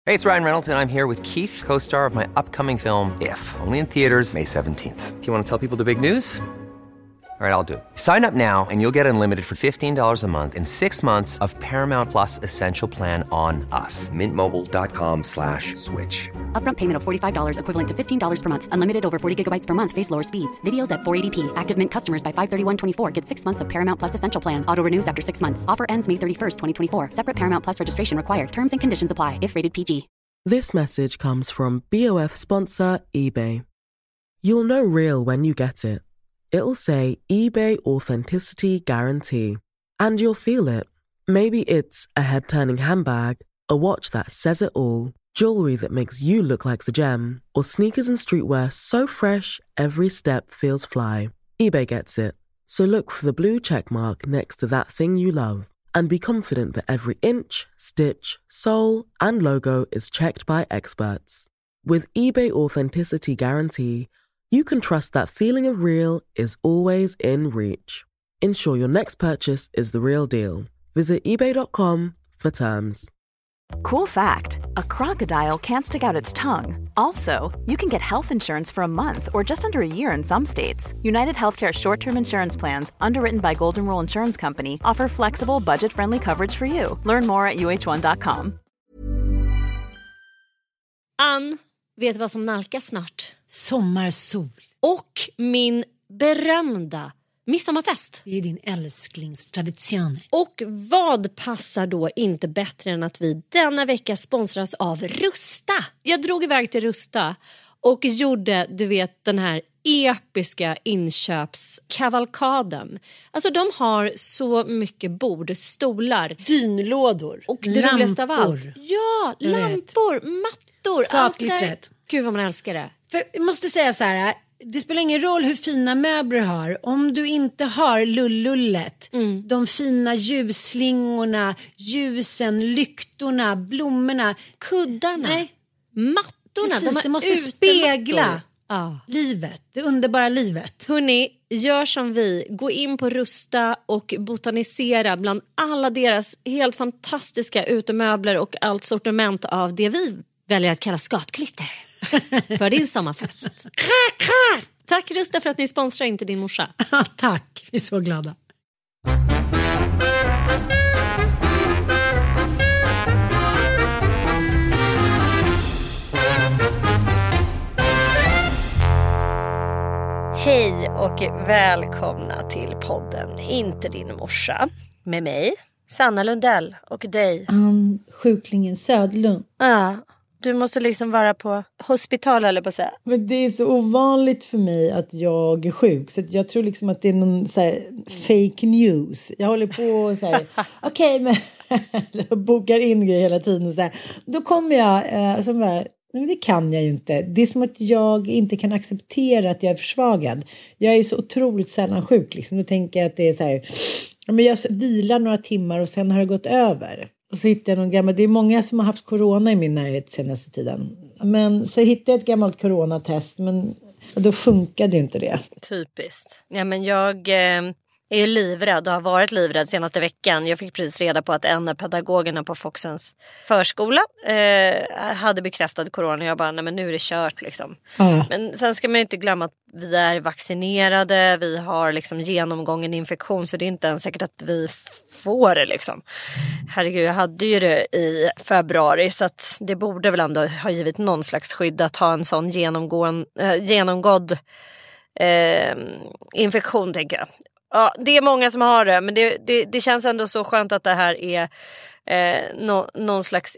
Hey, it's Ryan Reynolds, and I'm here with Keith, co-star of my upcoming film, If, only in theaters May 17th. Do you want to tell people the big news? All right, I'll do it. Sign up now and you'll get unlimited for $15 a month and 6 months of Paramount Plus Essential Plan on us. MintMobile.com/switch. Upfront payment of $45 equivalent to $15 per month. Unlimited over 40 gigabytes per month. Face lower speeds. Videos at 480p. Active Mint customers by 531.24 get 6 months of Paramount Plus Essential Plan. Auto renews after 6 months. Offer ends May 31st, 2024. Separate Paramount Plus registration required. Terms and conditions apply if rated PG. This message comes from BOF sponsor eBay. You'll know real when you get it. It'll say eBay Authenticity Guarantee. And you'll feel it. Maybe it's a head-turning handbag, a watch that says it all, jewelry that makes you look like the gem, or sneakers and streetwear so fresh every step feels fly. eBay gets it. So look for the blue check mark next to that thing you love. And be confident that every inch, stitch, sole, and logo is checked by experts. With eBay Authenticity Guarantee, you can trust that feeling of real is always in reach. Ensure your next purchase is the real deal. Visit ebay.com for terms. Cool fact, a crocodile can't stick out its tongue. Also, you can get health insurance for a month or just under a year in some states. United Healthcare short-term insurance plans, underwritten by Golden Rule Insurance Company, offer flexible, budget-friendly coverage for you. Learn more at uh1.com. Ann, vet du vad som nalkas snart? Sommarsol. Och min berömda midsommarfest. Det är din älsklingstradition. Och vad passar då inte bättre än att vi denna vecka sponsras av Rusta. Jag drog iväg till Rusta och gjorde, du vet, den här episka inköpskavalkaden. Alltså de har så mycket bord, stolar, dynlådor och det roligaste av allt. Ja, lampor, mattor, skaklittret. Gud vad man älskar det. För jag måste säga så här, det spelar ingen roll hur fina möbler har. Om du inte har lullullet, de fina ljusslingorna, ljusen, lyktorna, blommorna, kuddarna, mattorna. Precis, det måste spegla livet, det underbara livet. Hörrni, gör som vi. Gå in på Rusta och botanisera bland alla deras helt fantastiska utemöbler och allt sortiment av det vi väljer att kalla skatklitter. För din sommarfest. Tack Rusta för att ni sponsrar Inte din morsa. Tack, vi är så glada. Hej och välkomna till podden Inte din morsa. Med mig, Sanna Lundell, och dig. Sjuklingen Södlund. Ja. Du måste liksom vara på hospital eller på att säga. Men det är så ovanligt för mig att jag är sjuk. Så att jag tror liksom att det är någon så här fake news. Jag håller på så här. Okej, men jag bokar in grejer hela tiden. Så här. Då kommer jag som bara, nej men det kan jag ju inte. Det är som att jag inte kan acceptera att jag är försvagad. Jag är så otroligt sällan sjuk liksom. Då tänker jag att det är så här. Men jag vilar några timmar och sen har det gått över. Och så hittade jag någon gammal, det är många som har haft corona i min närhet senaste tiden. Men så hittade jag ett gammalt coronatest, men då funkade ju inte det. Typiskt. Ja, men jag är ju livrädd och har varit livrädd senaste veckan. Jag fick precis reda på att en av pedagogerna på Foxens förskola hade bekräftat corona. Jag bara, nej men nu är det kört liksom. Men sen ska man ju inte glömma att vi är vaccinerade. Vi har liksom genomgången infektion, så det är inte ens säkert att vi får det liksom. Herregud, jag hade ju det i februari, så att det borde väl ändå ha givit någon slags skydd att ha en sån genomgådd infektion, tänker jag. Ja, det är många som har det, men det känns ändå så skönt att det här är någon slags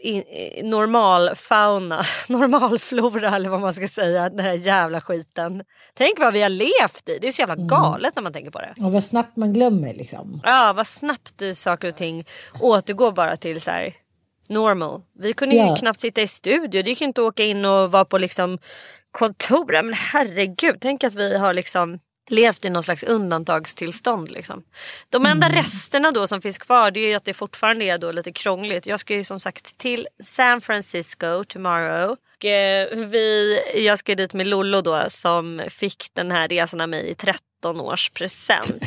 normalflora eller vad man ska säga, den här jävla skiten. Tänk vad vi har levt i, det är så jävla galet när man tänker på det. Ja, vad snabbt man glömmer liksom. Ja, vad snabbt saker och ting återgår bara till så här normal. Vi kunde ju knappt sitta i studio, det gick ju inte att åka in och vara på liksom kontor, men herregud, tänk att vi har liksom levt i någon slags undantagstillstånd liksom. De enda resterna då som finns kvar, det är ju att det fortfarande är då lite krångligt. Jag ska ju som sagt till San Francisco tomorrow. Och jag ska dit med Lollo då, som fick den här resan av mig i 13 års present.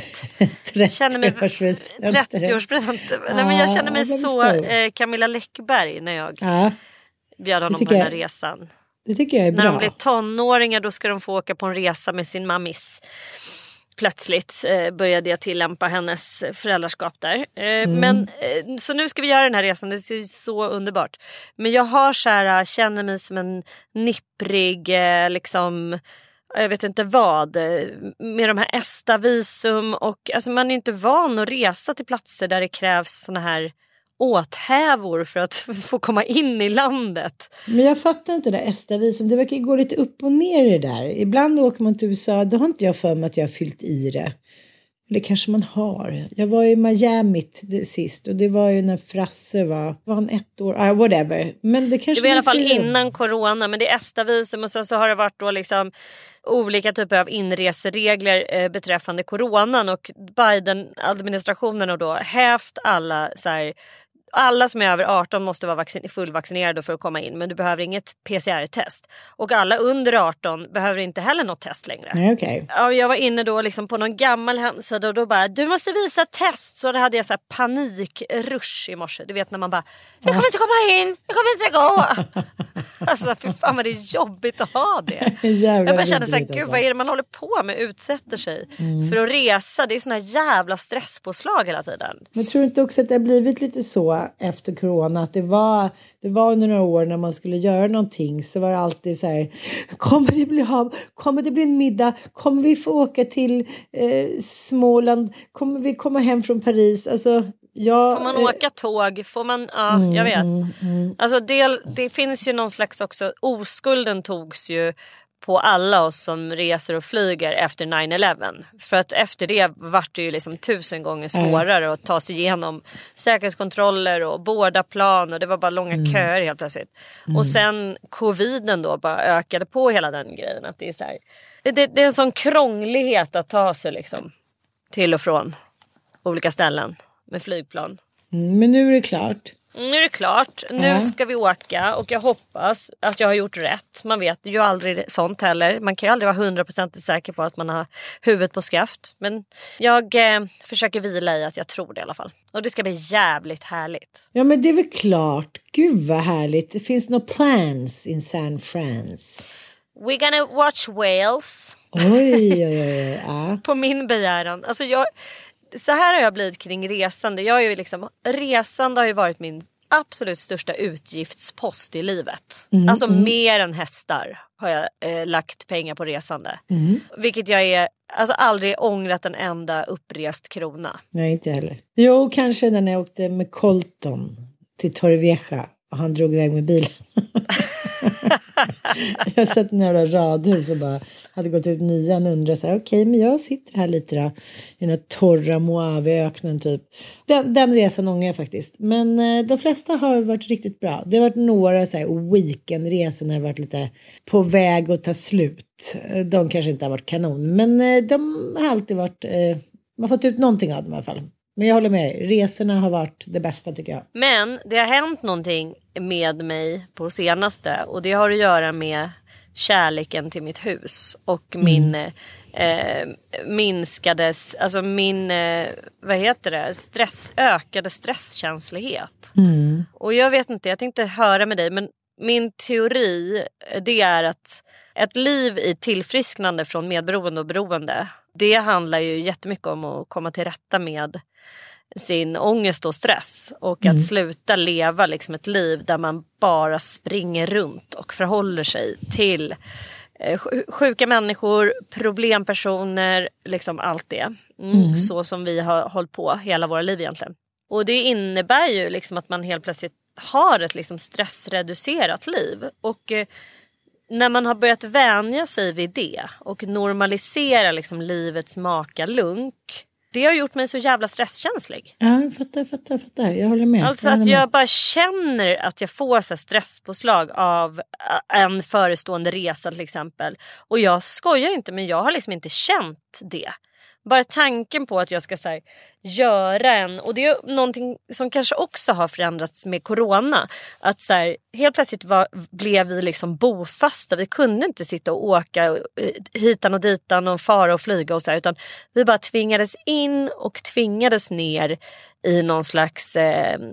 30-årspresent. Nej, men jag känner mig så Camilla Läckberg när jag bjöd honom på den här resan. Det tycker jag är bra. När de blir tonåringar då ska de få åka på en resa med sin mammis. Plötsligt började jag tillämpa hennes föräldraskap där. Men så nu ska vi göra den här resan. Det är så underbart. Men jag har så här, känner mig som en nipprig liksom, jag vet inte vad, med de här ESTA-visum och alltså man är inte van att resa till platser där det krävs såna här åthävor för att få komma in i landet. Men jag fattar inte det där ESTA-visum. Det verkar gå lite upp och ner i det där. Ibland åker man till USA, då har inte jag för mig att jag har fyllt i det. Det kanske man har. Jag var i Miami sist och det var ju när Frasse var han 1 år, whatever. Men det kanske det var i alla fall innan corona, men det är ESTA-visum och sen så har det varit då liksom olika typer av inreseregler beträffande coronan och Biden-administrationen och då hävt alla så här, alla som är över 18 måste vara fullvaccinerade för att komma in. Men du behöver inget PCR-test. Och alla under 18 behöver inte heller något test längre. Nej, okej. Ja, jag var inne då liksom på någon gammal hemsida och då bara, du måste visa ett test. Så då hade jag så här panikrush i morse. Du vet när man bara, jag kommer inte komma in, jag kommer inte gå. Alltså för fan vad det är jobbigt att ha det. Jag bara kände så här, gud vad är det man håller på med, utsätter sig för att resa. Det är såna jävla stresspåslag hela tiden. Men tror du inte också att det har blivit lite så efter corona att det var under några år när man skulle göra någonting så var det alltid så här, kommer det bli en middag, kommer vi få åka till Småland, kommer vi komma hem från Paris, alltså får man åka tåg, får man, jag vet. Alltså det finns ju någon slags också, oskulden togs ju på alla oss som reser och flyger efter 9/11. För att efter det var det ju liksom 1000 gånger svårare att ta sig igenom säkerhetskontroller och båda plan och det var bara långa köer helt plötsligt. Och sen coviden då bara ökade på hela den grejen. Att det är så här, det är en sån krånglighet att ta sig liksom till och från olika ställen med flygplan. Men nu är det klart. Nu är det klart. Nu ska vi åka och jag hoppas att jag har gjort rätt. Man vet ju aldrig sånt heller. Man kan ju aldrig vara 100% säker på att man har huvudet på skaft. Men jag försöker vila i att jag tror det i alla fall. Och det ska bli jävligt härligt. Ja men det är väl klart. Gud vad härligt. Det finns no plans in San France. We're gonna watch Wales. Oj. På min begäran. Alltså så här har jag blivit kring resande. Jag är ju liksom, resande har ju varit min absolut största utgiftspost i livet. Alltså mer än hästar har jag lagt pengar på resande. Vilket jag är alltså aldrig ångrat en enda upprest krona. Nej, inte heller. Jo, kanske när jag åkte med Colton till Torrevieja och han drog iväg med bilen. Jag har sett några radhus och bara hade gått ut 9 och undrade så här, okej, men jag sitter här lite då i den här torra Moaveöknen typ. Den resan ångrar jag faktiskt. Men de flesta har varit riktigt bra. Det har varit några så här weekendresor när det har varit lite på väg att ta slut. De kanske inte har varit kanon, men de har alltid varit, man har fått ut någonting av dem i alla fall. Men jag håller med dig, resorna har varit det bästa tycker jag. Men det har hänt någonting med mig på senaste och det har att göra med kärleken till mitt hus och min minskades, alltså min ökade stresskänslighet. Och jag vet inte, jag tänkte höra med dig, men min teori det är att ett liv i tillfrisknande från medberoende och beroende, det handlar ju jättemycket om att komma till rätta med sin ångest och stress och att sluta leva liksom ett liv där man bara springer runt och förhåller sig till sjuka människor, problempersoner, liksom allt det. Så som vi har hållit på hela våra liv egentligen. Och det innebär ju liksom att man helt plötsligt har ett liksom stressreducerat liv och när man har börjat vänja sig vid det och normalisera liksom livets makalunk, det har gjort mig så jävla stresskänslig. Ja, jag fattar. Jag håller med. Alltså att jag bara känner att jag får så här stresspåslag av en förestående resa till exempel. Och jag skojar inte, men jag har liksom inte känt det. Bara tanken på att jag ska så här, göra en... Och det är någonting som kanske också har förändrats med corona. Att så här, helt plötsligt blev vi liksom bofasta. Vi kunde inte sitta och åka hitan och ditan och fara och flyga och så här, utan vi bara tvingades in och tvingades ner i någon slags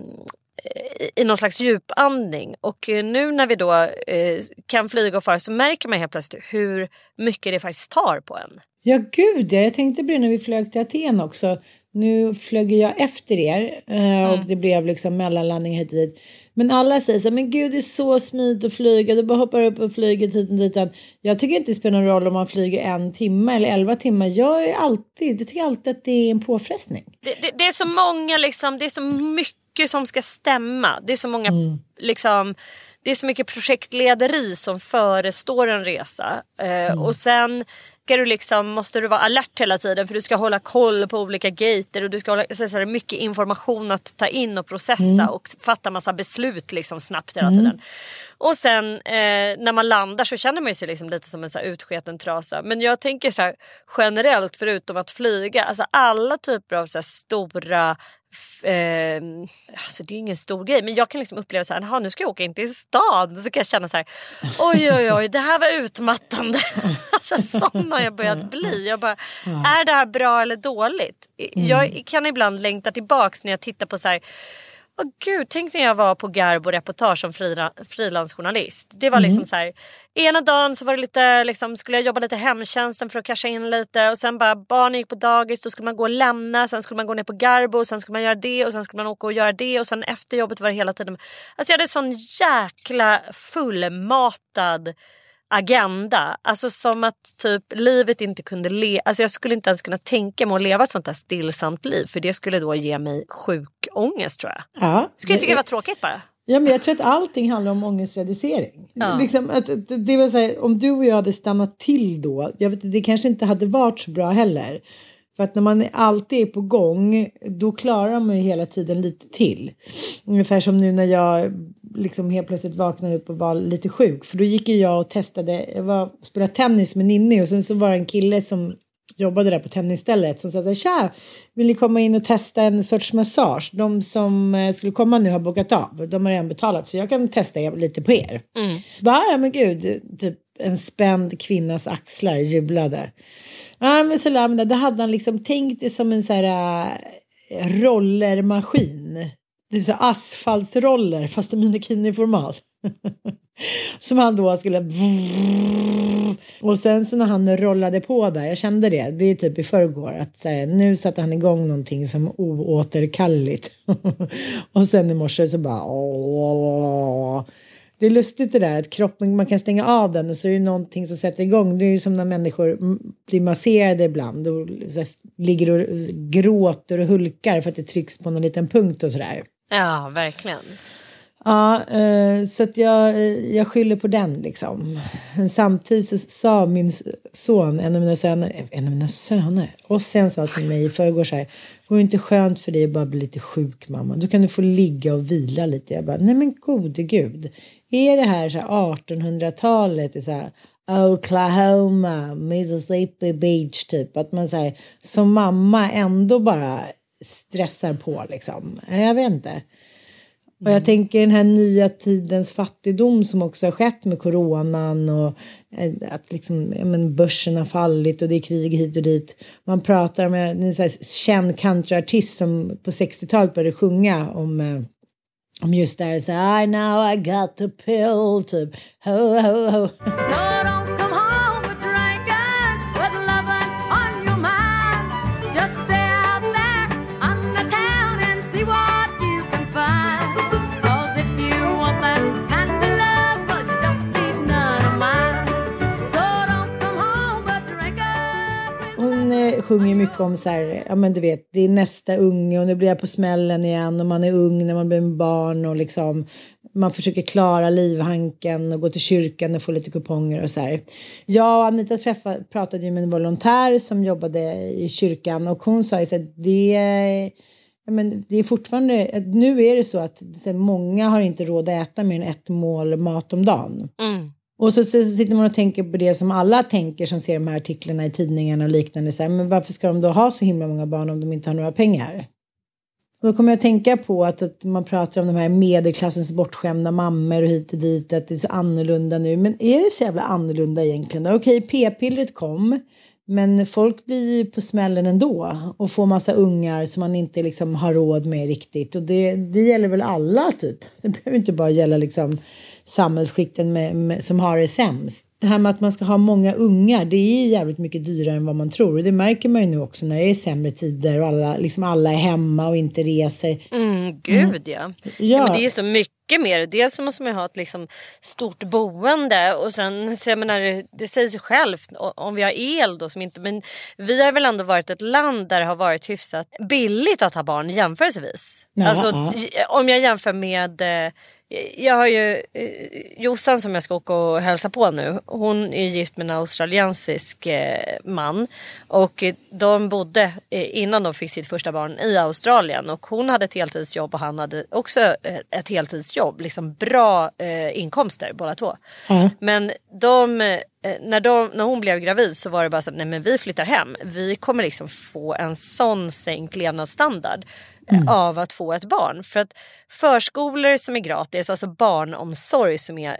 i någon slags djupandning. Och nu när vi då kan flyga och fara så märker man helt plötsligt hur mycket det faktiskt tar på en. Ja, gud, jag tänkte på det när vi flög till Aten också. Nu flög jag efter er och det blev liksom mellanlandning hit och dit. Men alla säger så här, men gud, det är så smidigt att flyga. Du bara hoppar upp och flyger hit och dit. Jag tycker inte det spelar någon roll om man flyger 1 timme eller 11 timmar. Jag tycker alltid att det är en påfrestning. Det är så många liksom, det är så mycket som ska stämma. Det är så många liksom, det är så mycket projektlederi som förestår en resa. Och sen måste du vara alert hela tiden för du ska hålla koll på olika gater och du ska hålla så mycket information att ta in och processa och fatta massa beslut liksom snabbt hela tiden. Och sen när man landar så känner man sig liksom lite som en så här utsketen trasa. Men jag tänker så här generellt förutom att flyga, alltså alla typer av så här stora alltså det är ingen stor grej, men jag kan liksom uppleva så här, nu ska jag åka in till stan, så kan jag känna så här, oj, det här var utmattande. Alltså sån har jag börjat bli. Jag bara, är det här bra eller dåligt? Jag kan ibland längta tillbaks när jag tittar på så här, gud, tänk när jag var på Garbo-reportage som frilansjournalist. Det var liksom så här, ena dagen så var det lite liksom, skulle jag jobba lite hemtjänsten för att casha in lite, och sen bara barnen gick på dagis, då skulle man gå och lämna, sen skulle man gå ner på Garbo, sen skulle man göra det och sen skulle man åka och göra det, och sen efter jobbet var det hela tiden. Alltså jag hade sån jäkla fullmatad agenda, alltså som att typ livet inte kunde alltså jag skulle inte ens kunna tänka mig att leva ett sånt här stillsamt liv, för det skulle då ge mig sjuk ångest, tror jag. Ja, skulle jag tycka det var tråkigt bara. Ja, men jag tror att allting handlar om ångestreducering. Ja. Liksom att det var så här, om du och jag hade stannat till då, jag vet, det kanske inte hade varit så bra heller. För att när man alltid är på gång, då klarar man ju hela tiden lite till. Ungefär som nu när jag liksom helt plötsligt vaknade upp och var lite sjuk. För då gick ju jag och testade, spelade tennis med Ninni, och sen så var det en kille som jobbade där på tennisstället som sa så här, tja, vill ni komma in och testa en sorts massage? De som skulle komma nu har bokat av, de har redan betalat, så jag kan testa lite på er. Så bara, ja men gud, typ en spänd kvinnas axlar jublade. Ja, men så det hade han liksom tänkt det som en så här rollermaskin. Det är så asfaltsroller fast i minikineformat. Som han då skulle. Och sen så när han rollade på där, jag kände det är typ i förrgår, att så här, nu satte han igång någonting som oåterkalligt. Och sen i morse så bara det är lustigt det där att kroppen, man kan stänga av den och så är det någonting som sätter igång. Det är ju som när människor blir masserade ibland och så ligger och gråter och hulkar för att det trycks på någon liten punkt och sådär. Ja, verkligen. Ja, så att jag skyller på den liksom. Men samtidigt så sa min son, en av mina söner, och sen sa till mig i förrgår så här, det är inte skönt för dig att bara bli lite sjuk, mamma. Då kan du få ligga och vila lite. Jag bara, nej men gode gud. Är det här så här 1800-talet i så här Oklahoma, Mississippi Beach typ, att man så här, som mamma ändå bara stressar på liksom. Jag vet inte. Och jag tänker den här nya tidens fattigdom som också har skett med coronan, och att liksom, börsen har fallit och det är krig hit och dit. Man pratar med en så här känd countryartist som på 60-talet började sjunga om just det här, så I know I got the pill, typ ho ho ho. Sjunger mycket om så här, ja men du vet, det är nästa unge och nu blir jag på smällen igen, och man är ung när man blir en barn och liksom man försöker klara livhanken och gå till kyrkan och få lite kuponger och så här. Jag och Anita pratade ju med en volontär som jobbade i kyrkan, och hon sa ju så att det är fortfarande, nu är det så att många har inte råd att äta mer än 1 mål mat om dagen. Och så sitter man och tänker på det som alla tänker som ser de här artiklarna i tidningarna och liknande. Så här, men varför ska de då ha så himla många barn om de inte har några pengar? Och då kommer jag att tänka på att man pratar om de här medelklassens bortskämda mammor och hit och dit. Att det är så annorlunda nu. Men är det så jävla annorlunda egentligen? Okej, p-pillret kom. Men folk blir ju på smällen ändå och får massa ungar som man inte liksom har råd med riktigt. Och det gäller väl alla typ. Det behöver inte bara gälla liksom samhällsskikten som har det sämst. Det här med att man ska ha många ungar, det är ju jävligt mycket dyrare än vad man tror. Och det märker man ju nu också när det är sämre tider och alla är hemma och inte reser. Gud ja. Men det är så mycket mer. Dels så måste man ha ett liksom stort boende och sen så jag menar, det säger sig självt om vi har el då som inte, men vi har väl ändå varit ett land där det har varit hyfsat billigt att ha barn jämförelsevis. Alltså om jag jämför med jag har ju Jossan som jag ska åka och hälsa på nu. Hon är gift med en australiensisk man. Och de bodde innan de fick sitt första barn i Australien. Och hon hade ett heltidsjobb och han hade också ett heltidsjobb. Liksom bra inkomster båda två. Men när hon blev gravid så var det bara så att nej men vi flyttar hem. Vi kommer liksom få en sån sänkt levnadsstandard av att få ett barn. För att förskolor som är gratis, alltså barnomsorg som är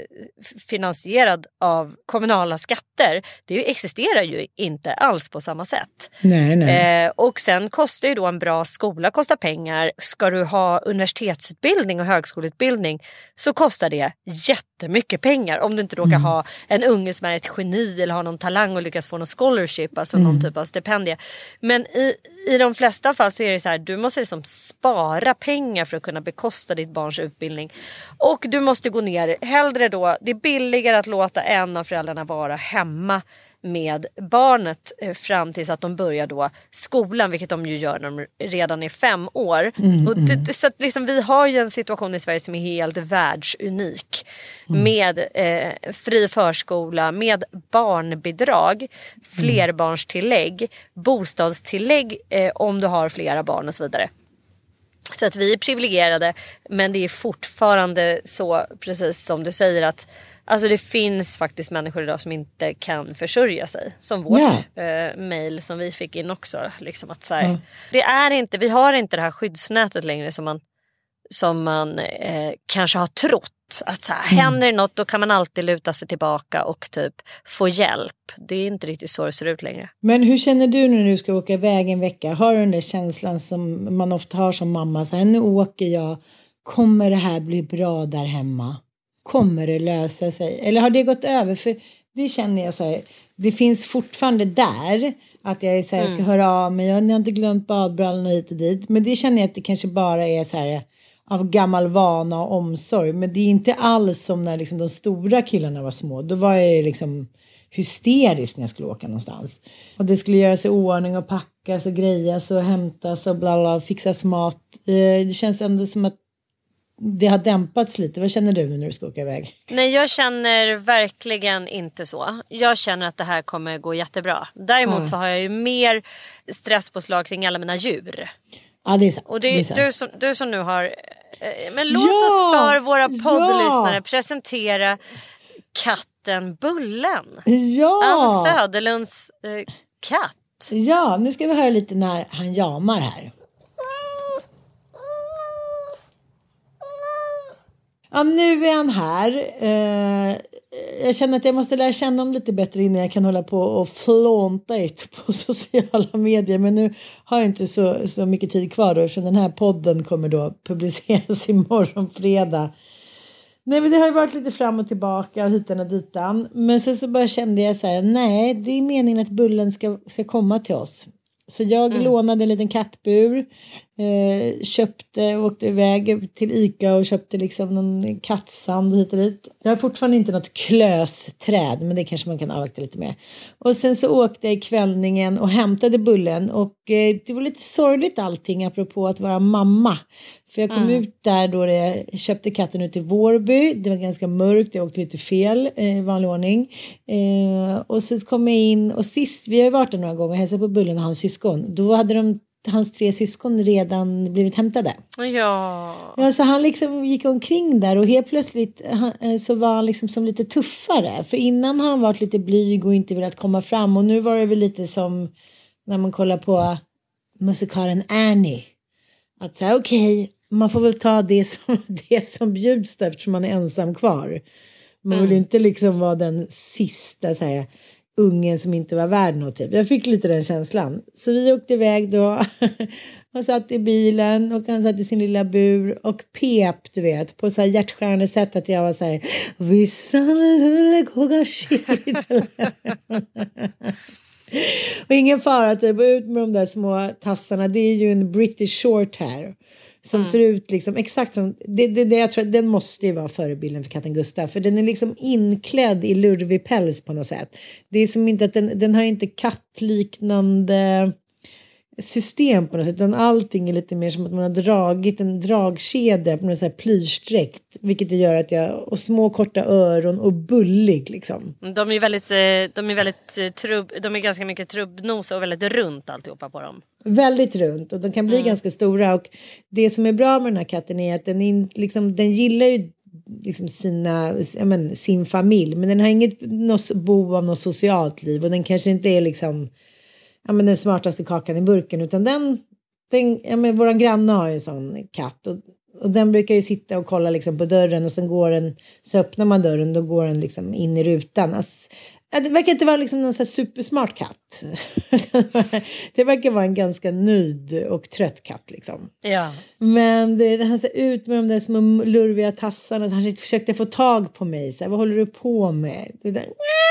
finansierad av kommunala skatter, det existerar ju inte alls på samma sätt. Nej. Och sen kostar ju då en bra skola kostar pengar. Ska du ha universitetsutbildning och högskoleutbildning så kostar det jättemycket pengar. Om du inte råkar ha en unge som är ett geni eller har någon talang och lyckas få någon scholarship, alltså någon typ av stipendie. Men i de flesta fall så är det så här, du måste liksom spara pengar för att kunna bekosta ditt barns utbildning. Och du måste gå ner, hellre då, det är billigare att låta en av föräldrarna vara hemma med barnet fram tills att de börjar då skolan, vilket de ju gör när de redan är 5 år. Och så att liksom, vi har ju en situation i Sverige som är helt världsunik med fri förskola, med barnbidrag, flerbarnstillägg, bostadstillägg om du har flera barn och så vidare. Så att vi är privilegierade, men det är fortfarande så, precis som du säger, att alltså det finns faktiskt människor idag som inte kan försörja sig. Som vårt mejl som vi fick in också. Liksom att så här, det är inte, vi har inte det här skyddsnätet längre som man kanske har trott. Att så här, händer något då kan man alltid luta sig tillbaka och typ få hjälp. Det är inte riktigt så det ser ut längre. Men hur känner du när du ska åka iväg en vecka? Har du den där känslan som man ofta har som mamma? Så här, nu åker jag. Kommer det här bli bra där hemma? Kommer det lösa sig? Eller har det gått över? För det känner jag så här. Det finns fortfarande där. Att jag är så här, ska höra av mig. Jag har inte glömt badbrallorna hit och dit. Men det känner jag att det kanske bara är så här av gammal vana och omsorg. Men det är inte alls som när liksom de stora killarna var små. Då var jag liksom hysterisk när jag skulle åka någonstans. Och det skulle göras i ordning och packas och grejas och hämtas och bla bla, fixas mat. Det känns ändå som att det har dämpats lite. Vad känner du när du ska åka iväg? Nej, jag känner verkligen inte så. Jag känner att det här kommer gå jättebra. Däremot så har jag ju mer stresspåslag kring alla mina djur. Ja, det är sant. Och det är du som nu har... Men låt oss för våra poddlyssnare presentera katten Bullen. Ja! Ann Söderlunds katt. Ja, nu ska vi höra lite när han jamar här. Ja, nu är han här. Jag känner att jag måste lära känna dem lite bättre innan jag kan hålla på och flånta på sociala medier. Men nu har jag inte så mycket tid kvar då, eftersom den här podden kommer då publiceras imorgon fredag. Nej, men det har ju varit lite fram och tillbaka och hitan och ditan. Men sen så bara kände jag så här, nej, det är meningen att Bullen ska komma till oss. Så jag lånade en liten kattbur, åkte iväg till Ica och köpte liksom någon kattsand hit och dit. Jag har fortfarande inte något klösträd, men det kanske man kan avvakta lite med. Och sen så åkte jag i kvällningen och hämtade Bullen och det var lite sorgligt allting apropå att vara mamma. För jag kom ut där då jag köpte katten ut i Vårby. Det var ganska mörkt, jag åkte lite fel i vanlig ordning. Och så kom jag in och sist, vi har varit där några gånger och hälsat på Bullen och hans syskon. Då hade hans 3 syskon redan blivit hämtade. Ja. Så han liksom gick omkring där och helt plötsligt så var han liksom som lite tuffare. För innan har han varit lite blyg och inte velat komma fram. Och nu var det väl lite som när man kollar på musikalen Annie. Att säga okej, man får väl ta det som bjuds då, eftersom man är ensam kvar. Man vill inte liksom vara den sista så här ungen som inte var värd något typ. Jag fick lite den känslan. Så vi åkte iväg då och satt i bilen och han satt i sin lilla bur och pep, du vet, på så här hjärtskärande sätt att jag var så här och ingen fara typ, ut med de där små tassarna. Det är ju en British short hair som ser ut liksom exakt som det jag tror den måste ju vara förebilden för katten Gustav, för den är liksom inklädd i lurvig päls på något sätt. Det är som inte att den har inte kattliknande system på något sätt, utan allting är lite mer som att man har dragit en dragkedja på något så här plyschdräkt, vilket det gör att jag, och små korta öron och bullig liksom. De är ganska mycket trubbnosa och väldigt runt alltihopa på dem. Väldigt runt, och de kan bli ganska stora, och det som är bra med den här katten är att den gillar ju liksom sin familj, men den har inget behov av något socialt liv, och den kanske inte är liksom den smartaste kakan i burken, utan våran granne har ju en sån katt, och den brukar ju sitta och kolla liksom på dörren, och sen så öppnar man dörren, då går den liksom in i rutan. Alltså, det verkar inte vara liksom någon så här supersmart katt. Det verkar vara en ganska nöjd och trött katt liksom. Ja. Men han ser ut med de där små lurviga tassarna, han försökte få tag på mig så här, vad håller du på med? Det där.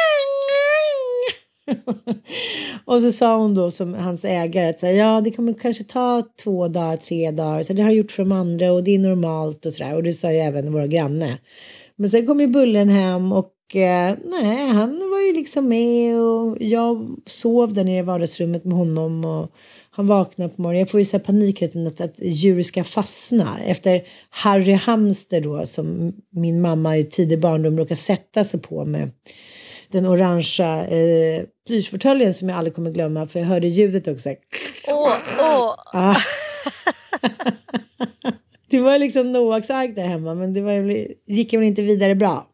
Och så sa hon då som hans ägare att ja, det kommer kanske ta 2 dagar, 3 dagar, så det har gjort för de andra och det är normalt och sådär, och det sa ju även våra granne. Men sen kom ju Bullen hem och han var ju liksom med, och jag sov där nere i vardagsrummet med honom, och han vaknade på morgonen. Jag får ju så här panikrätten att djur ska fastna efter Harry Hamster då, som min mamma i tidig barndom råkade sätta sig på med den orangea plyschfåtöljen som jag aldrig kommer glömma, för jag hörde ljudet också. Ah. Det var liksom Noaks ark där hemma, men gick väl inte vidare bra.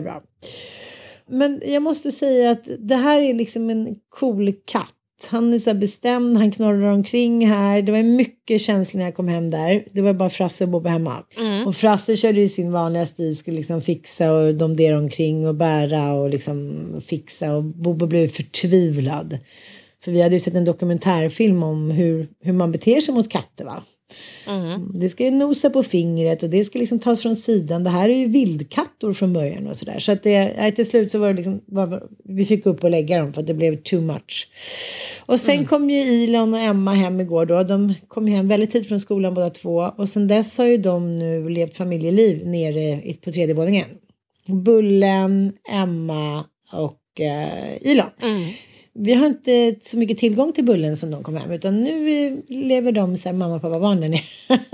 Men jag måste säga att det här är liksom en cool katt. Han är så bestämd, han knorrar omkring här. Det var mycket känsla när jag kom hem där. Det var bara Frasse och Bobo hemma. Och Frasse körde i sin vanliga stil, skulle liksom fixa och domdera omkring och bära och liksom fixa. Och Bobo blev förtvivlad. För vi hade ju sett en dokumentärfilm om hur man beter sig mot katter, va? Det ska ju nosa på fingret och det ska liksom tas från sidan. Det här är ju vildkattor från början och sådär. Så att till slut så var det liksom, vi fick upp och lägga dem för att det blev too much. Och sen kom ju Elon och Emma hem igår då. De kom hem väldigt tidigt från skolan båda två. Och sen dess har ju de nu levt familjeliv nere på 3:e våningen. Bullen, Emma och Elon. Vi har inte så mycket tillgång till Bullen som de kom hem, utan nu lever de så här mamma, pappa, barn där nere.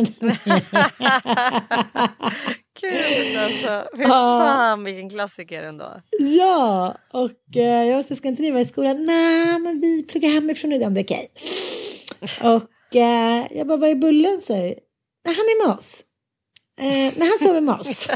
Kul alltså. Fy fan, vilken klassiker ändå. Ja, och ska inte ni vara i skolan? Nej, men vi pluggar hemifrån idag, om det är okej. Och jag bara, vad är Bullen? Så här, han är med oss. När han sover med oss.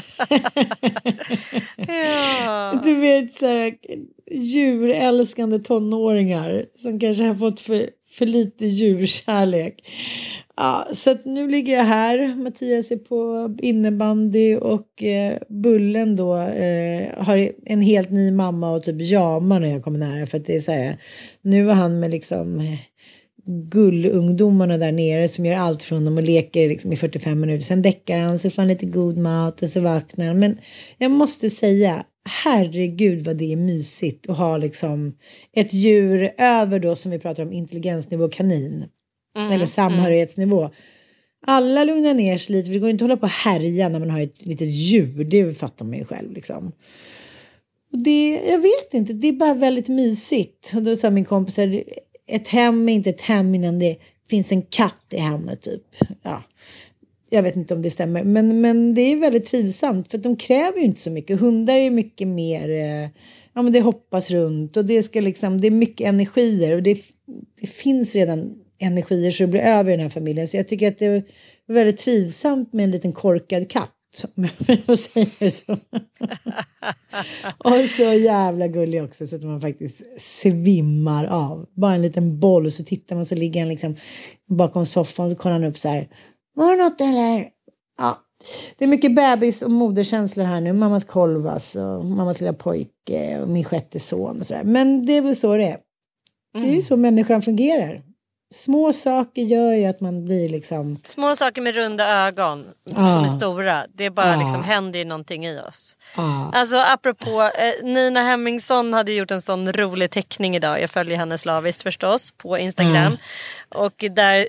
Ja. Du vet, så här, djurälskande tonåringar som kanske har fått för lite djurkärlek. Ja, så att nu ligger jag här. Mattias är på innebandy och Bullen då har en helt ny mamma och typ jamar när jag kommer nära, för att det är så här, nu var han med liksom gullungdomarna där nere som gör allt från dem och leker liksom i 45 minuter. Sen däckar han, så får han lite god mat och så vaknar han. Men jag måste säga, herregud vad det är mysigt att ha liksom ett djur över då, som vi pratar om, intelligensnivå kanin. Eller samhörighetsnivå. Alla lugnar ner sig lite, för det går inte att hålla på och härja när man har ett litet djur. Det fattar man ju själv liksom. Och jag vet inte, det är bara väldigt mysigt. Och då sa min kompis här, ett hem är inte ett hem innan det finns en katt i hemmet typ. Ja, jag vet inte om det stämmer. Men det är väldigt trivsamt, för att de kräver ju inte så mycket. Hundar är mycket mer, men det hoppas runt. Och det ska liksom, det är mycket energier. Och det finns redan energier så det blir över i den här familjen. Så jag tycker att det är väldigt trivsamt med en liten korkad katt. Om jag får säga så. Och så jävla gullig också, så att man faktiskt svimmar av. Bara en liten boll, och så tittar man, så ligger han liksom bakom soffan, så kollar han upp så här. Var det något eller? Ja, det är mycket bebis och moderkänslor här nu. Mammas kolvas och mammas lilla pojke och min 6:e son och sådär. Men det är väl så det är. Det är ju så människan fungerar. Små saker gör ju att man blir liksom... Små saker med runda ögon som är stora. Det är bara liksom händer ju någonting i oss. Alltså apropå Nina Hemmingsson hade gjort en sån rolig teckning idag. Jag följer henne slaviskt förstås på Instagram. Och där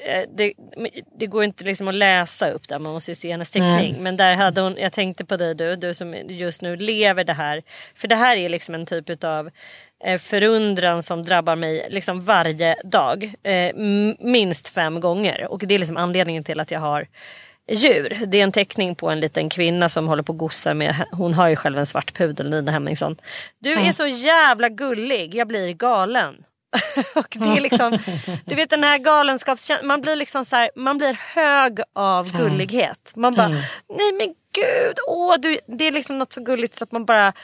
det går inte liksom att läsa upp där. Man måste ju se hennes teckning. Men där hade hon, jag tänkte på dig du som just nu lever det här. För det här är liksom en typ av förundran som drabbar mig liksom varje dag. Minst 5 gånger. Och det är liksom anledningen till att jag har djur. Det är en teckning på en liten kvinna som håller på att gossa med. Hon har ju själv en svart pudel, Nina Hemmingsson. Du är så jävla gullig. Jag blir galen. Och det är liksom, du vet den här galenskapskänslan, man blir liksom så här, man blir hög av gullighet. Man bara, nej men gud, det är liksom något så gulligt så att man bara,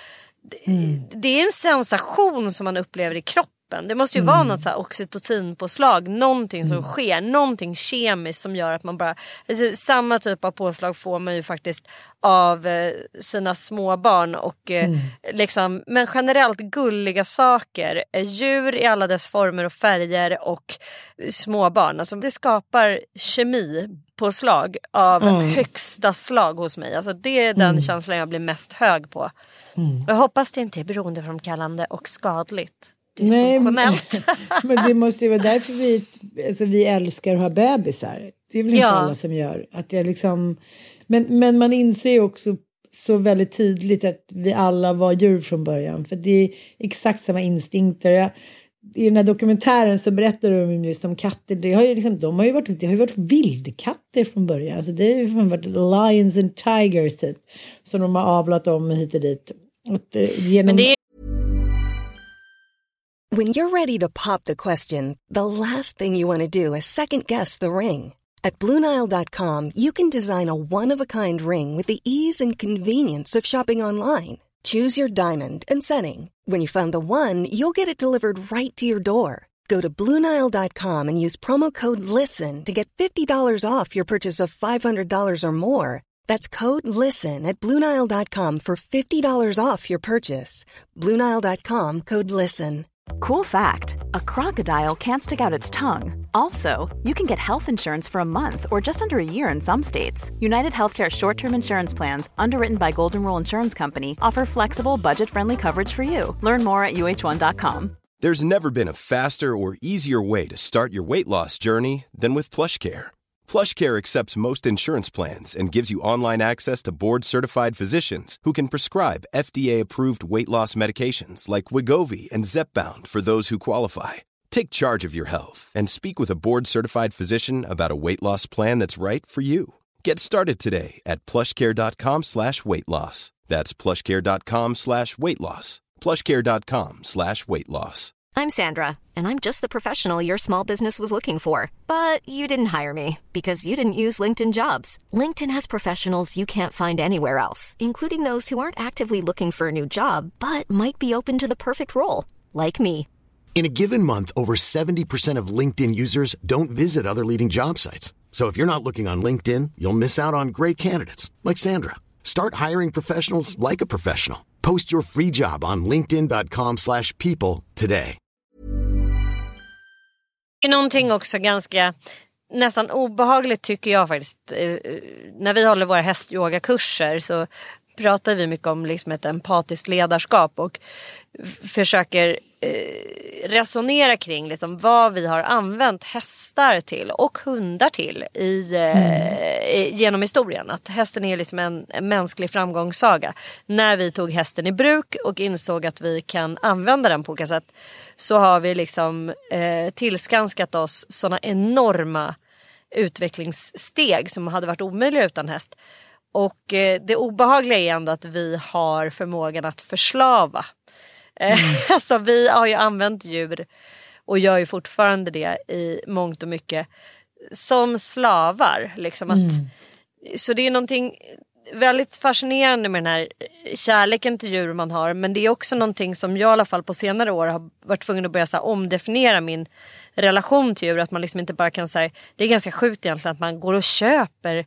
det är en sensation som man upplever i kroppen. Det måste ju vara något så här oxytocinpåslag, någonting som sker, någonting kemiskt som gör att man bara, alltså, samma typ av påslag får man ju faktiskt av sina små barn och liksom, men generellt gulliga saker, djur i alla dess former och färger och småbarn, alltså det skapar kemi på slag av högsta slag hos mig, alltså det är den känslan jag blir mest hög på. Jag hoppas det inte är beroendeframkallande och skadligt. Nej, men det måste ju vara därför vi älskar att ha bebisar. Det är väl inte alla som gör. Att jag liksom, men man inser ju också så väldigt tydligt att vi alla var djur från början. För det är exakt samma instinkter. I den här dokumentären så berättar de just om katter. Det har ju varit vildkatter från början. Alltså det har ju varit lions and tigers typ. Som de har avlat om hit och dit. When you're ready to pop the question, the last thing you want to do is second-guess the ring. At BlueNile.com, you can design a one-of-a-kind ring with the ease and convenience of shopping online. Choose your diamond and setting. When you find the one, you'll get it delivered right to your door. Go to BlueNile.com and use promo code LISTEN to get $50 off your purchase of $500 or more. That's code LISTEN at BlueNile.com for $50 off your purchase. BlueNile.com, code LISTEN. Cool fact, a crocodile can't stick out its tongue. Also, you can get health insurance for a month or just under a year in some states. United Healthcare short-term insurance plans, underwritten by Golden Rule Insurance Company, offer flexible, budget-friendly coverage for you. Learn more at uh1.com. There's never been a faster or easier way to start your weight loss journey than with PlushCare. PlushCare accepts most insurance plans and gives you online access to board-certified physicians who can prescribe FDA-approved weight loss medications like Wegovy and Zepbound for those who qualify. Take charge of your health and speak with a board-certified physician about a weight loss plan that's right for you. Get started today at plushcare.com/weightloss. That's plushcare.com/weightloss. plushcare.com/weightloss. I'm Sandra, and I'm just the professional your small business was looking for. But you didn't hire me because you didn't use LinkedIn Jobs. LinkedIn has professionals you can't find anywhere else, including those who aren't actively looking for a new job, but might be open to the perfect role, like me. In a given month, over 70% of LinkedIn users don't visit other leading job sites. So if you're not looking on LinkedIn, you'll miss out on great candidates, like Sandra. Start hiring professionals like a professional. Post your free job on linkedin.com/people today. Det är någonting också ganska nästan obehagligt tycker jag faktiskt. När vi håller våra hästyogakurser så pratar vi mycket om liksom ett empatiskt ledarskap och försöker resonera kring liksom vad vi har använt hästar till och hundar till genom historien. Att hästen är liksom en mänsklig framgångssaga. När vi tog hästen i bruk och insåg att vi kan använda den på olika sätt så har vi liksom tillskanskat oss såna enorma utvecklingssteg som hade varit omöjliga utan häst. Och det obehagliga är ändå att vi har förmågan att förslava. Alltså vi har ju använt djur och gör ju fortfarande det i mångt och mycket som slavar. Liksom så det är någonting väldigt fascinerande med den här kärleken till djur man har. Men det är också någonting som jag i alla fall på senare år har varit tvungen att börja så här, omdefiniera min relation till djur. Att man liksom inte bara kan säga, det är ganska sjukt egentligen att man går och köper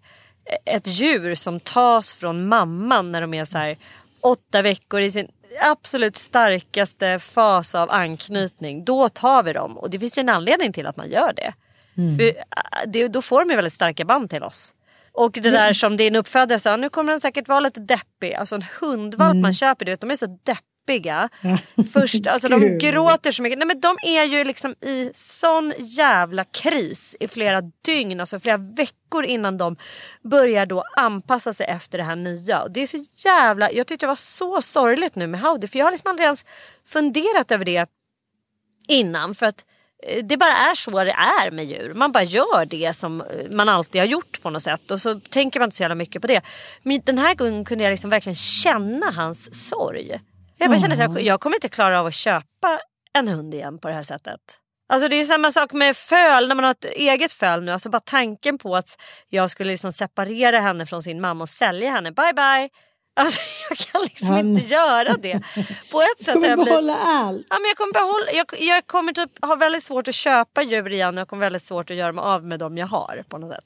ett djur som tas från mamman när de är så här 8 veckor i sin absolut starkaste fas av anknytning, då tar vi dem. Och det finns ju en anledning till att man gör det. För då får de ju väldigt starka band till oss. Och det där som din uppfödare sa, nu kommer den säkert vara lite deppig. Alltså en hundvalp man köper, du vet, de är så deppiga. Först, alltså de gråter så mycket. Nej, men de är ju liksom i sån jävla kris i flera dygn, alltså flera veckor innan de börjar då anpassa sig efter det här nya. Och det är så jävla, jag tyckte det var så sorgligt nu med Howdy, för jag har liksom aldrig ens funderat över det innan, för att det bara är så det är med djur. Man bara gör det som man alltid har gjort på något sätt. Och så tänker man inte så jävla mycket på det. Men den här gången kunde jag liksom verkligen känna hans sorg. Jag bara kände att jag kommer inte klara av att köpa en hund igen på det här sättet. Alltså det är samma sak med föl, när man har ett eget föl nu. Alltså bara tanken på att jag skulle liksom separera henne från sin mamma och sälja henne. Bye bye. Alltså jag kan liksom inte göra det. På ett sätt kommer behålla allt. Ja, men jag kommer typ ha väldigt svårt att köpa djur igen. Jag kommer väldigt svårt att göra mig av med dem jag har på något sätt.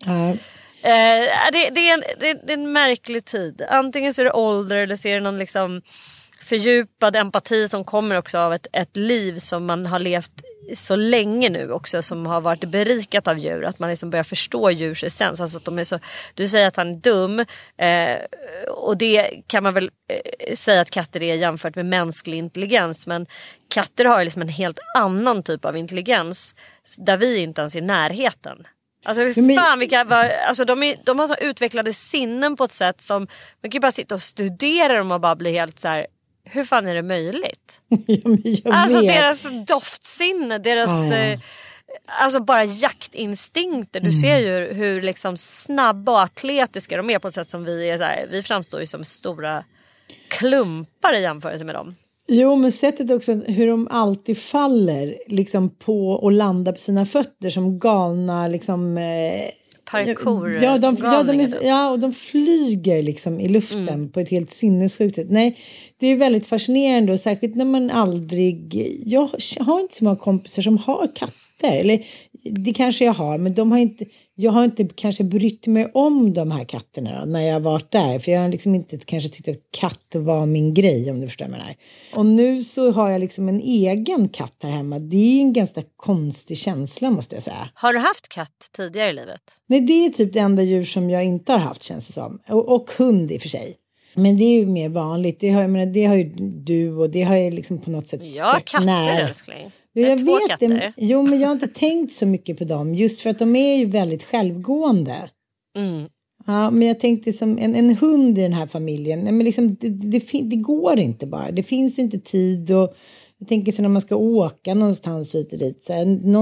Det är en märklig tid. Antingen så är det ålder eller så är det någon liksom fördjupad empati som kommer också av ett liv som man har levt så länge nu också, som har varit berikat av djur, att man liksom börjar förstå djurs essens. Alltså att de är så, du säger att han är dum, och det kan man väl säga att katter är jämfört med mänsklig intelligens, men katter har liksom en helt annan typ av intelligens där vi inte ens är i närheten. Alltså hur fan alltså de har så utvecklade sinnen på ett sätt som man kan ju bara sitta och studera dem och bara bli helt så här. Hur fan är det möjligt? Alltså deras doftsinne, deras alltså bara jaktinstinkter. Du ser ju hur liksom snabba och atletiska de är på ett sätt som vi är så här, vi framstår ju som stora klumpar i jämförelse med dem. Jo, men sättet också hur de alltid faller liksom på och landar på sina fötter som galna liksom parkour. Och de flyger liksom i luften på ett helt sinnessjukt sätt. Nej, det är väldigt fascinerande, och särskilt när man aldrig, jag har inte så många kompisar som har katter, eller det kanske jag har, men jag har inte kanske brytt mig om de här katterna då, när jag har varit där, för jag har liksom inte kanske tyckt att katt var min grej, om du förstår mig där. Och nu så har jag liksom en egen katt här hemma. Det är en ganska konstig känsla, måste jag säga. Har du haft katt tidigare i livet? Nej, det är typ det enda djur som jag inte har haft, känns det som. Och hund i och för sig. Men det är ju mer vanligt. Det har ju du, och det har ju liksom på något sätt sett katter, älskling. Jag vet katter. Jo, men jag har inte tänkt så mycket på dem. Just för att de är ju väldigt självgående. Ja, men jag tänkte som en hund i den här familjen. Men liksom, det går inte bara. Det finns inte tid. Och jag tänker så när man ska åka någonstans ut och dit. Så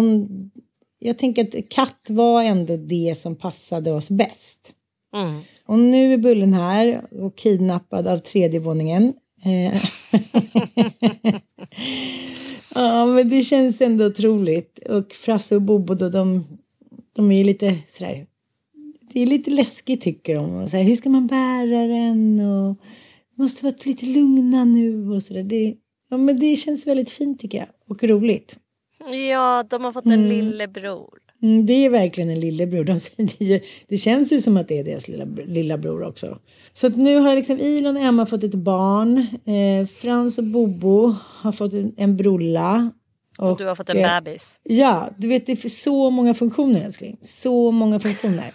jag tänker att katt var ändå det som passade oss bäst. Och nu är Bullen här och kidnappad av 3:e våningen. Ja, men det känns ändå otroligt. Och Frasse och Bobo då, de är lite sådär, det är lite läskigt tycker de. Och så här, hur ska man bära den? Och måste vara lite lugna nu och sådär. Men det känns väldigt fint tycker jag. Och roligt. Ja, de har fått en lillebror. Det är verkligen en lillebror. Det känns ju som att det är deras lilla bror också. Så att nu har liksom Elon och Emma fått ett barn. Frans och Bobo har fått en brolla. Och du har fått en bebis. Ja, du vet det är så många funktioner, älskling. Så många funktioner.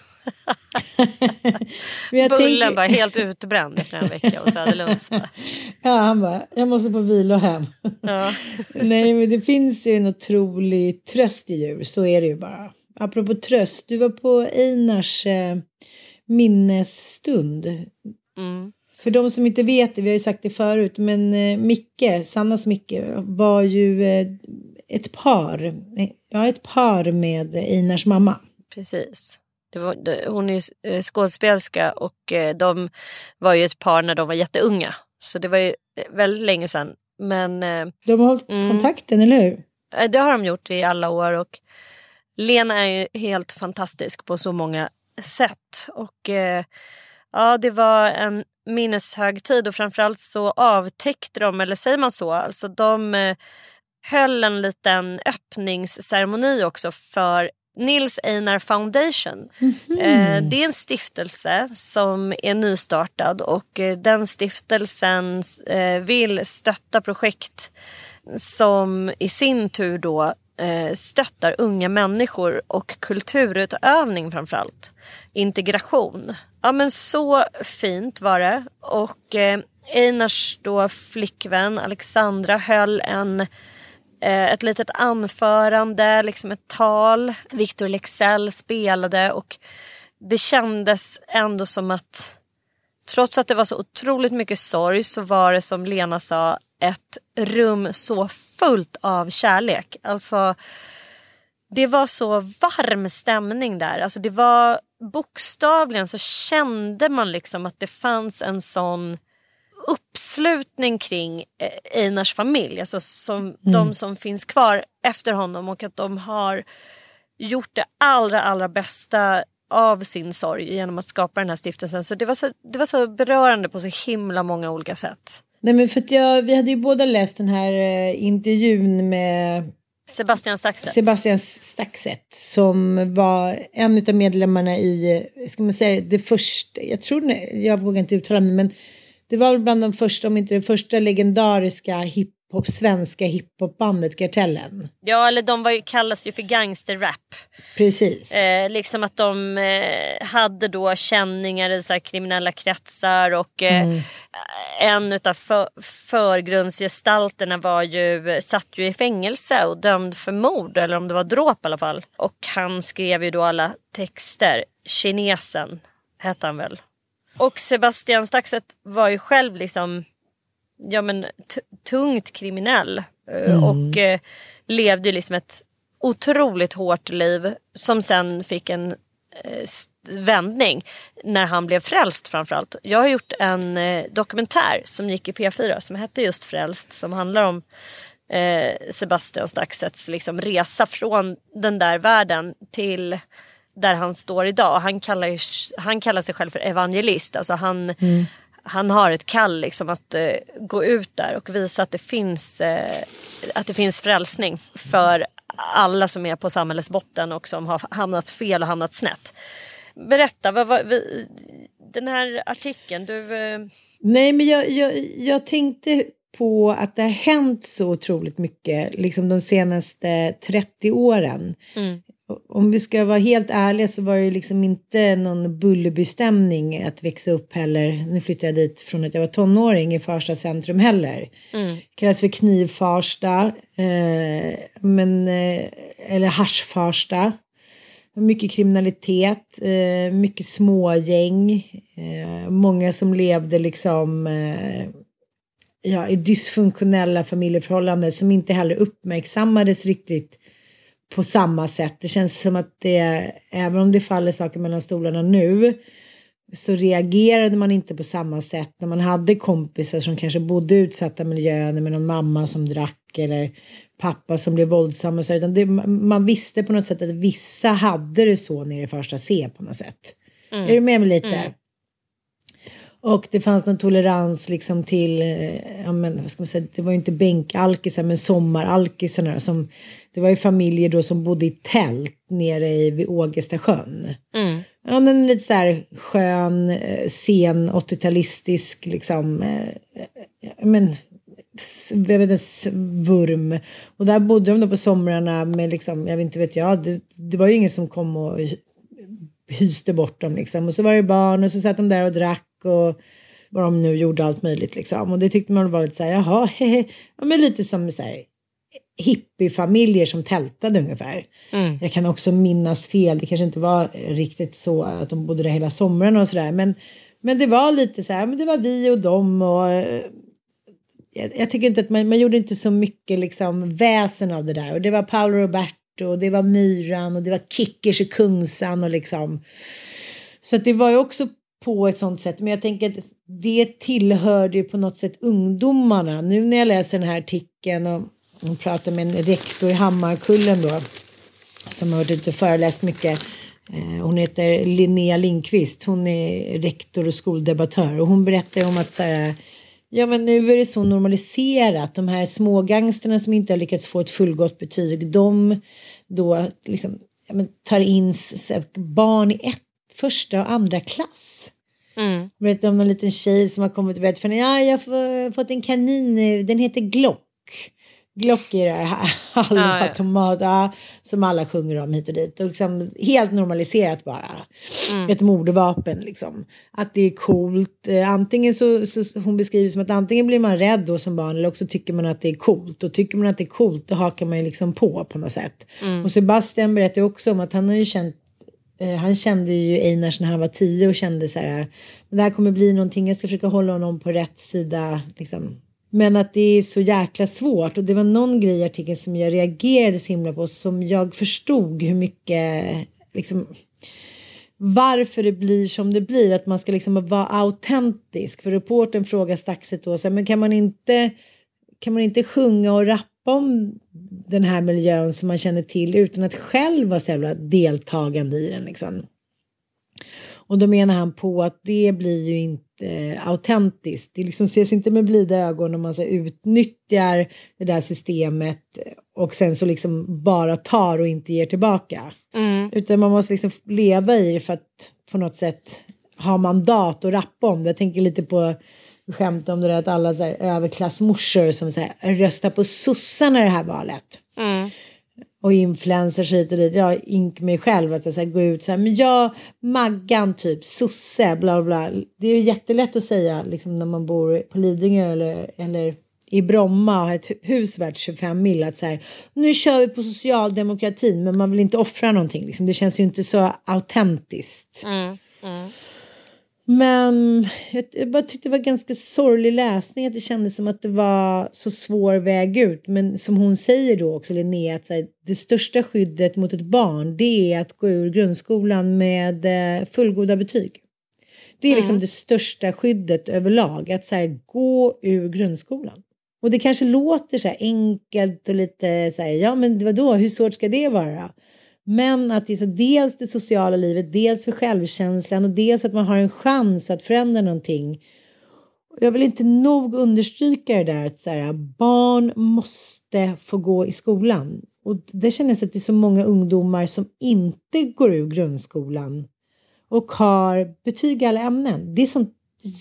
Bullen var helt utbränd efter en vecka och Söderlunds. Ja, han bara, jag måste få vila hem. Ja. Nej, men det finns ju en otrolig tröst i djur, så är det ju bara. Apropå tröst, du var på Einars minnesstund. För de som inte vet det, vi har ju sagt det förut, men Sannas Micke var ju ett par med Einars mamma. Precis. Hon är skådespelerska och de var ju ett par när de var jätteunga. Så det var ju väldigt länge sedan. Men, de har hållit kontakten, eller hur? Det har de gjort i alla år. Och Lena är ju helt fantastisk på så många sätt. Och ja, det var en minneshögtid. Och framförallt så avtäckte de, eller säger man så? Alltså de höll en liten öppningsceremoni också för Nils Einar Foundation. Det är en stiftelse som är nystartad och den stiftelsen vill stötta projekt som i sin tur då stöttar unga människor och kulturutövning framförallt. Integration. Ja, men så fint var det. Och Einars då flickvän Alexandra höll ett litet anförande, liksom ett tal. Victor Leksell spelade och det kändes ändå som att trots att det var så otroligt mycket sorg så var det, som Lena sa, ett rum så fullt av kärlek. Alltså det var så varm stämning där. Alltså det var bokstavligen så kände man liksom att det fanns en sån uppslutning kring Einars familj, alltså de som finns kvar efter honom, och att de har gjort det allra bästa av sin sorg genom att skapa den här stiftelsen. Så det var så berörande på så himla många olika sätt. Nej, men för att vi hade ju båda läst den här intervjun med Sebastian Staxet som var en av medlemmarna i, ska man säga, det första, jag vågar inte uttala mig, men det var väl bland de första, om inte det första legendariska svenska hiphopbandet Kartellen. Ja, eller de kallas ju för gangsterrap. Precis. Liksom att de hade då känningar i så här kriminella kretsar och en av förgrundsgestalterna satt ju i fängelse och dömd för mord, eller om det var dråp i alla fall. Och han skrev ju då alla texter. Kinesen hette han väl. Och Sebastian Staxet var ju själv liksom tungt kriminell och levde ju liksom ett otroligt hårt liv som sen fick en vändning när han blev frälst framförallt. Jag har gjort en dokumentär som gick i P4 som hette just Frälst, som handlar om Sebastian Staxets liksom resa från den där världen till där han står idag. Han kallar sig själv för evangelist. Alltså han har ett kall liksom att gå ut där och visa att det finns frälsning för alla som är på samhällets botten och som har hamnat fel och hamnat snett. Berätta, den här artikeln, Nej, men jag tänkte på att det har hänt så otroligt mycket liksom de senaste 30 åren. Om vi ska vara helt ärliga så var det liksom inte någon Bullerbystämning att växa upp heller. Nu flyttade jag dit från att jag var tonåring i Farsta centrum heller. Det kallas för Knivfarsta eller Haschfarsta. Mycket kriminalitet, mycket smågäng, många som levde liksom i dysfunktionella familjeförhållanden som inte heller uppmärksammades riktigt på samma sätt. Det känns som att även om det faller saker mellan stolarna nu, så reagerade man inte på samma sätt när man hade kompisar som kanske bodde i utsatta miljöer med någon mamma som drack eller pappa som blev våldsam och så, utan man visste på något sätt att vissa hade det så nere i Första C på något sätt. Är du med mig lite? Och det fanns någon tolerans liksom till, vad ska man säga, det var ju inte bänkalkisar men sommaralkisarna som, det var ju familjer då som bodde i tält nere vid Ågesta sjön. Ja, en lite så här skön, sen 80-talistisk liksom, vurm. Och där bodde de då på somrarna med liksom, det var ju ingen som kom och hyste bort dem liksom. Och så var det barn och så satt de där och drack och vad de nu gjorde, allt möjligt liksom. Och det tyckte man var lite så här, jaha, ja, men lite som så här hippiefamiljer som tältade ungefär. Jag kan också minnas fel, det kanske inte var riktigt så att de bodde där hela sommaren och sådär, men det var lite så här, men det var vi och dem, och jag tycker inte att man gjorde inte så mycket liksom väsen av det där, och det var Paolo Roberto och det var Myran och det var Kickers och Kungsan och liksom, så att det var ju också på ett sånt sätt, men jag tänker att det tillhörde ju på något sätt ungdomarna. Nu när jag läser den här artikeln och pratar med en rektor i Hammarkullen då, som har varit ute och föreläst mycket. Hon heter Linnea Lindqvist, hon är rektor och skoldebattör, och hon berättar om att så här, ja men nu är det så normaliserat, de här smågangsterna som inte har lyckats få ett fullgott betyg, de då liksom tar in barn i första och andra klass. Berättade om någon liten tjej som har kommit och berättat för henne, jag har fått en kanin nu, den heter Glock. Glock är det här halvautomat som alla sjunger om hit och dit. Och liksom helt normaliserat bara. Ett mordvapen liksom. Att det är coolt. Antingen så hon beskriver som att antingen blir man rädd då som barn. Eller också tycker man att det är coolt. Och tycker man att det är coolt då hakar man ju liksom på något sätt. Och Sebastian berättade också om att han har ju känt. Han kände ju Einars när han var 10 och kände så här. Men det här kommer bli någonting. Jag ska försöka hålla honom på rätt sida liksom. Men att det är så jäkla svårt. Och det var någon grej i artikeln som jag reagerade så himla på. Som jag förstod hur mycket liksom, varför det blir som det blir. Att man ska liksom vara autentisk. För reportern frågar Staxet då. Så här, men kan man inte sjunga och rappa om den här miljön som man känner till. Utan att själv vara så jävla deltagande i den liksom. Och då menar han på att det blir ju inte autentiskt. Det liksom ses inte med blida ögon om man så utnyttjar det där systemet och sen så liksom bara tar och inte ger tillbaka. Utan man måste liksom leva i det för att på något sätt ha mandat och rappa om det. Jag tänker lite på skämt om det där att alla så här överklassmorsor som så här, röstar på sossarna i det här valet. Och influencers hit och dit. Jag ink mig själv att jag så här, gå ut så här. Men jag, Maggan typ, sosse, bla bla. Det är ju jättelätt att säga liksom, när man bor på Lidingö eller i Bromma och har ett hus värt 25 mil. Att så här, nu kör vi på socialdemokratin men man vill inte offra någonting. Liksom. Det känns ju inte så autentiskt. Men jag bara tyckte det var ganska sorglig läsning. Att det kändes som att det var så svår väg ut. Men som hon säger då också, Linnea, att här, det största skyddet mot ett barn, det är att gå ur grundskolan med fullgoda betyg. Det är liksom det största skyddet överlag. Att så här, gå ur grundskolan. Och det kanske låter så här enkelt och lite så här, ja men vadå, hur svårt ska det vara? Men att det är så dels det sociala livet, dels för självkänslan och dels att man har en chans att förändra någonting. Jag vill inte nog understryka det där att så här, barn måste få gå i skolan. Och det känns att det är så många ungdomar som inte går ur grundskolan och har betyg i alla ämnen. Det är sånt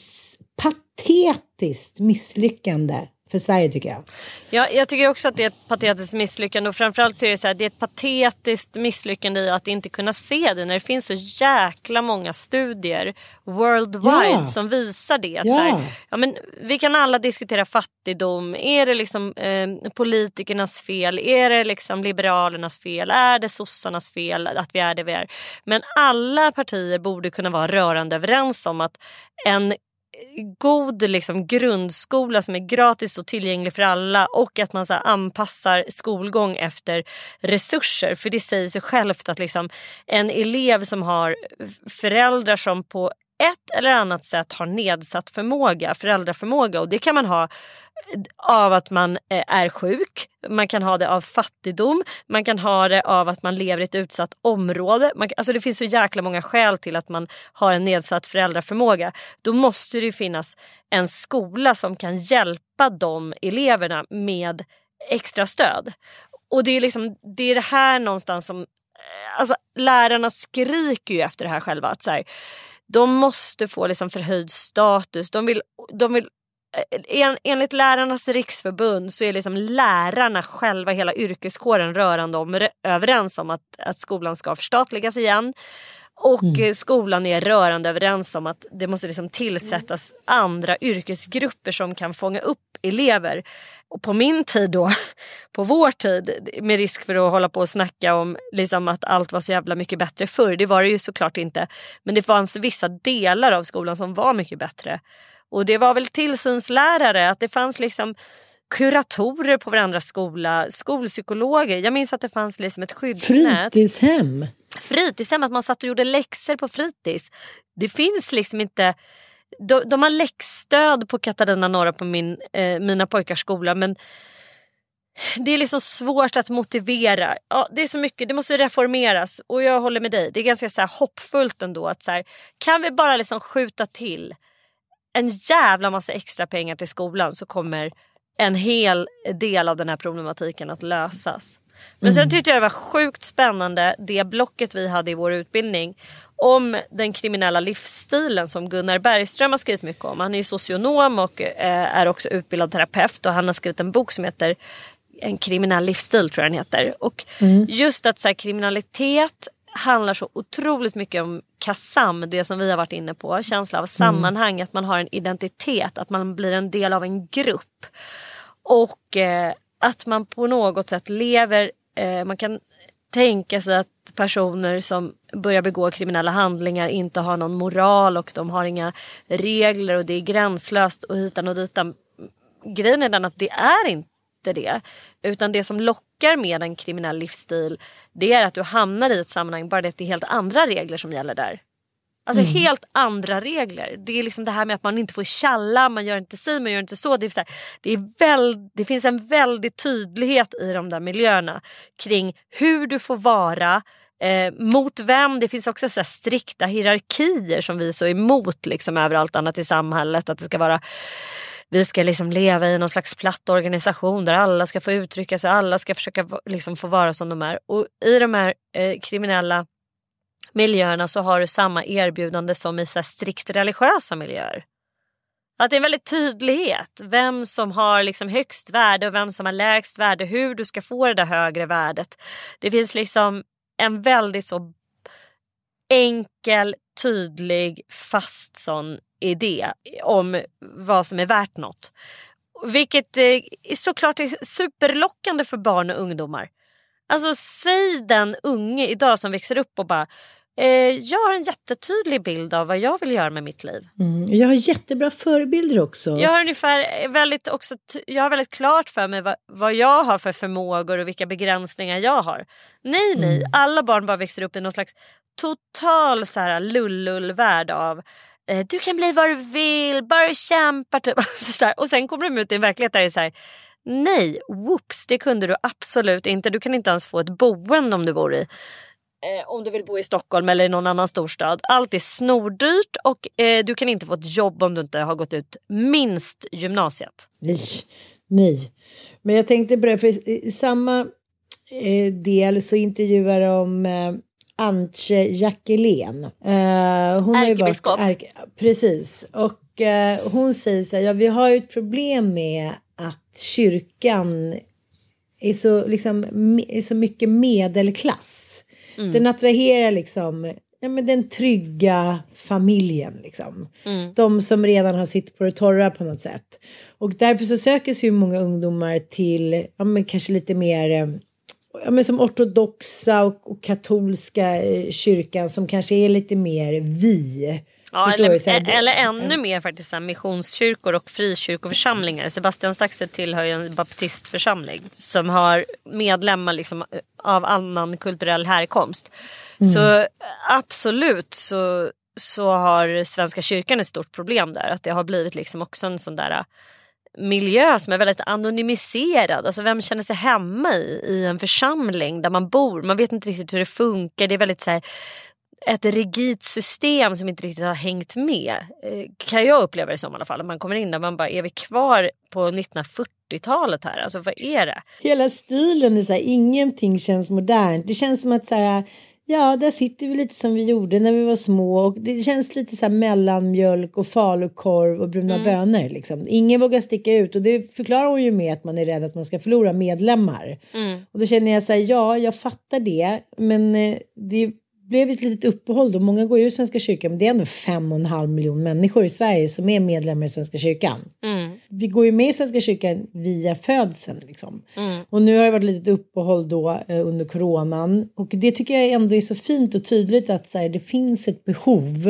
patetiskt misslyckande för Sverige tycker jag. Ja, jag tycker också att det är ett patetiskt misslyckande och framförallt så är det så här, det är ett patetiskt misslyckande i att inte kunna se det när det finns så jäkla många studier worldwide som visar det. Att så här, ja, men vi kan alla diskutera fattigdom. Är det liksom politikernas fel? Är det liksom liberalernas fel? Är det sossarnas fel att vi är det vi är? Men alla partier borde kunna vara rörande överens om att en god liksom grundskola som är gratis och tillgänglig för alla och att man så här anpassar skolgång efter resurser, för det säger sig självt att liksom en elev som har föräldrar som på ett eller annat sätt har nedsatt föräldraförmåga, och det kan man ha av att man är sjuk, man kan ha det av fattigdom, man kan ha det av att man lever i ett utsatt område. Alltså det finns så jäkla många skäl till att man har en nedsatt föräldraförmåga. Då måste det finnas en skola som kan hjälpa de eleverna med extra stöd. Och det är liksom, det är det här någonstans som, alltså lärarna skriker ju efter det här själva, att så här, de måste få liksom förhöjd status. De vill enligt Lärarnas riksförbund så är liksom lärarna själva, hela yrkeskåren, rörande överens om att skolan ska förstatligas igen. Och skolan är rörande överens om att det måste liksom tillsättas andra yrkesgrupper som kan fånga upp elever. Och på min tid då, på vår tid, med risk för att hålla på och snacka om liksom att allt var så jävla mycket bättre förr, det var det ju såklart inte. Men det fanns vissa delar av skolan som var mycket bättre. Och det var väl tillsynslärare, att det fanns liksom kuratorer på varandras skola, skolpsykologer. Jag minns att det fanns liksom ett skyddsnät. Fritidshem, att man satt och gjorde läxor på fritids. Det finns liksom inte. De har läxstöd på Katarina Norra på mina pojkars skola, men det är liksom svårt att motivera. Ja, det är så mycket, det måste reformeras, och jag håller med dig. Det är ganska så här hoppfullt ändå att så här, kan vi bara liksom skjuta till en jävla massa extra pengar till skolan, så kommer en hel del av den här problematiken att lösas. Men sen tyckte jag det var sjukt spännande det blocket vi hade i vår utbildning om den kriminella livsstilen som Gunnar Bergström har skrivit mycket om. Han är ju socionom och är också utbildad terapeut, och han har skrivit en bok som heter En kriminell livsstil, tror jag den heter. Och just att så här, kriminalitet handlar så otroligt mycket om KASAM, det som vi har varit inne på, känsla av sammanhang, att man har en identitet, att man blir en del av en grupp, och att man på något sätt lever, man kan tänka sig att personer som börjar begå kriminella handlingar inte har någon moral och de har inga regler och det är gränslöst och hitan och ditan. Grejen är den att det är inte det, utan det som lockar med en kriminell livsstil, det är att du hamnar i ett sammanhang, bara det att det är helt andra regler som gäller där. Alltså helt andra regler. Det är liksom det här med att man inte får tjalla, man gör inte si, man gör inte så. Det finns en väldig tydlighet i de där miljöerna kring hur du får vara, mot vem. Det finns också så här strikta hierarkier som vi är så emot liksom överallt annat i samhället, att det ska vara, vi ska liksom leva i någon slags platt organisation där alla ska få uttrycka sig, alla ska försöka liksom få vara som de är. Och i de här kriminella miljöerna så har du samma erbjudande som i så här strikt religiösa miljöer. Att det är en väldigt tydlighet vem som har liksom högst värde och vem som har lägst värde, hur du ska få det där högre värdet. Det finns liksom en väldigt så enkel, tydlig, fast sån idé om vad som är värt något. Vilket såklart är superlockande för barn och ungdomar. Alltså säg den unge idag som växer upp och bara jag har en jättetydlig bild av vad jag vill göra med mitt liv. Jag har jättebra förebilder också. Jag har väldigt klart för mig vad jag har för förmågor och vilka begränsningar jag har. Nej, alla barn bara växer upp i någon slags total så här lull-lull-värld av du kan bli vad du vill, bara kämpa typ. Så här. Och sen kommer de ut i en verklighet där det är så här, nej, whoops, det kunde du absolut inte. Du kan inte ens få ett boende om du bor i. Om du vill bo i Stockholm eller i någon annan storstad. Allt är snordyrt och du kan inte få ett jobb om du inte har gått ut minst gymnasiet. Nej. Men jag tänkte på det, för i samma del så intervjuar de Antje Jackelén. Hon har ju varit precis. Och hon säger så här, ja, vi har ju ett problem med att kyrkan är så mycket medelklass. Den attraherar liksom den trygga familjen liksom. De som redan har sitt på det torra på något sätt. Och därför så söker sig ju många ungdomar till kanske lite mer som ortodoxa och katolska kyrkan som kanske är lite mer vi. Ja, eller ännu mer faktiskt så missionskyrkor och frikyrkoförsamlingar. Sebastian Staxet tillhör ju en baptistförsamling som har medlemmar liksom av annan kulturell härkomst. Så absolut så har Svenska kyrkan ett stort problem där. Att det har blivit liksom också en sån där miljö som är väldigt anonymiserad. Alltså vem känner sig hemma i en församling där man bor? Man vet inte riktigt hur det funkar. Det är väldigt så här, ett rigidt system som inte riktigt har hängt med. Kan jag uppleva det som i alla fall. När man kommer in där man bara, är vi kvar på 1940-talet här? Alltså vad är det? Hela stilen är så här, ingenting känns modernt. Det känns som att så här, ja, där sitter vi lite som vi gjorde när vi var små. Och det känns lite så här mellanmjölk och falukorv och bruna bönor liksom. Ingen vågar sticka ut. Och det förklarar hon ju med att man är rädd att man ska förlora medlemmar. Och då känner jag så här, ja, jag fattar det. Men det blev ett litet uppehåll då. Många går ju i Svenska kyrkan, men det är ändå 5,5 miljoner människor i Sverige som är medlemmar i Svenska kyrkan. Vi går ju med i Svenska kyrkan via födseln liksom. Och nu har det varit ett litet uppehåll då under coronan. Och det tycker jag ändå är så fint och tydligt att så här, det finns ett behov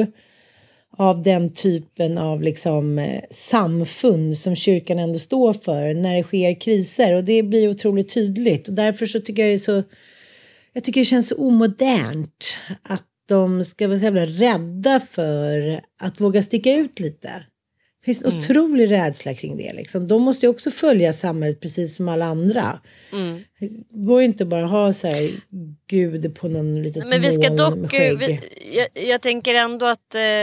av den typen av liksom samfund som kyrkan ändå står för när det sker kriser. Och det blir otroligt tydligt. Och därför så tycker jag det är så... Jag tycker det känns så omodernt att de ska vara så jävla rädda för att våga sticka ut lite. Det finns en otrolig rädsla kring det. Liksom. De måste ju också följa samhället precis som alla andra. Det går ju inte bara att ha så här Gud på någon litet men vi ska dock, med skägg. jag tänker ändå att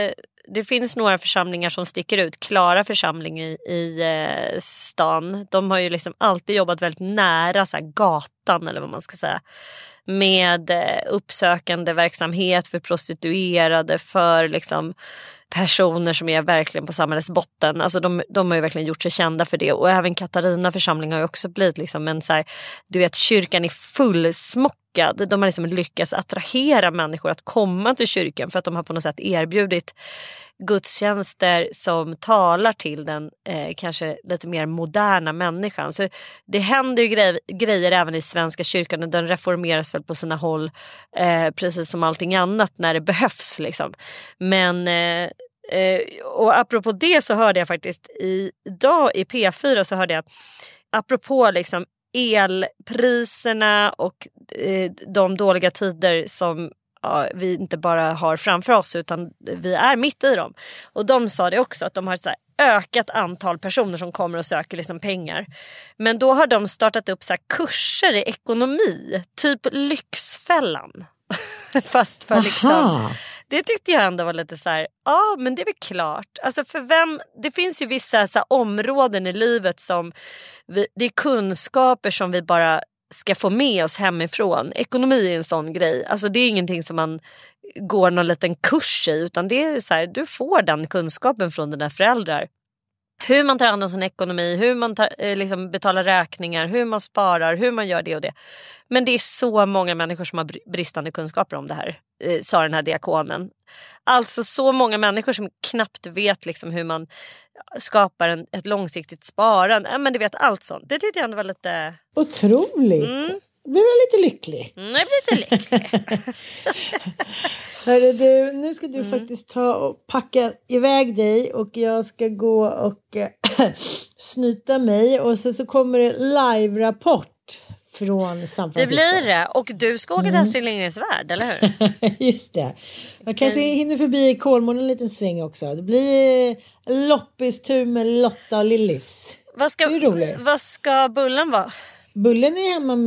det finns några församlingar som sticker ut. Klara församling i stan. De har ju liksom alltid jobbat väldigt nära så här, gatan eller vad man ska säga. Med uppsökande verksamhet för prostituerade, för liksom personer som är verkligen på samhällets botten. Alltså de har ju verkligen gjort sig kända för det. Och även Katarina församling har ju också blivit liksom en så här, du vet, kyrkan är fullsmockad. De har liksom lyckats attrahera människor att komma till kyrkan för att de har på något sätt erbjudit gudstjänster som talar till den kanske lite mer moderna människan. Så det händer ju grejer även i Svenska kyrkan, och den reformeras väl på sina håll precis som allting annat när det behövs liksom. Men och apropå det så hörde jag faktiskt idag i P4 så hörde jag apropå liksom elpriserna och de dåliga tider som vi inte bara har framför oss utan vi är mitt i dem. Och de sa det också att de har ett så här ökat antal personer som kommer och söker liksom pengar. Men då har de startat upp så här kurser i ekonomi, typ Lyxfällan. Fast för liksom, det tyckte jag ändå var lite så här, ja men det är väl klart. Alltså för vem, det finns ju vissa så här områden i livet som det är kunskaper som vi bara ska få med oss hemifrån. Ekonomi är en sån grej. Alltså det är ingenting som man går någon liten kurs i, utan det är så här, du får den kunskapen från dina föräldrar. Hur man tar hand om sin ekonomi, hur man liksom betalar räkningar, hur man sparar, hur man gör det och det. Men det är så många människor som har bristande kunskaper om det här, sa den här diakonen. Alltså så många människor som knappt vet liksom hur man skapar ett långsiktigt sparande. Men du vet allt sånt. Det tyckte jag ändå var lite... Otroligt. Jag blev lite lycklig. Jag blev lite lycklig. Hörru du, nu ska du faktiskt ta och packa iväg dig och jag ska gå och snyta mig och så kommer det live-rapport från San Francisco. Det blir det. Och du ska åka till Astrid Lindgrens Värld, eller hur? Just det. Jag kanske hinner förbi Kolmården en liten sväng också. Det blir loppistur med Lotta och Lillis. Vad ska Bullen vara? Bullen är hemma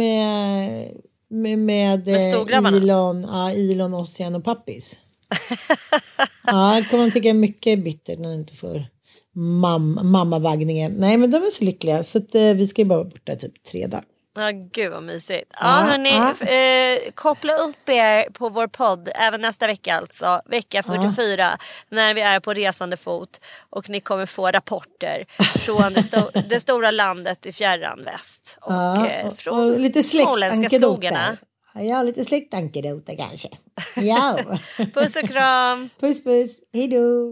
med Elon, Ossian och Pappis. Ja, kommer man tycka mycket bitter när den inte får mammavagningen. Nej, men de är så lyckliga så att vi ska ju bara vara borta typ 3 dagar. Ja, gud vad mysigt. Ja, hörni, koppla upp er på vår podd även nästa vecka alltså. Vecka 44 när vi är på resande fot. Och ni kommer få rapporter från det stora landet i fjärran väst. Och från lite småländska skogarna. Ja, lite släktankedoter kanske. Ja. Puss och kram. Puss, puss. Hej då.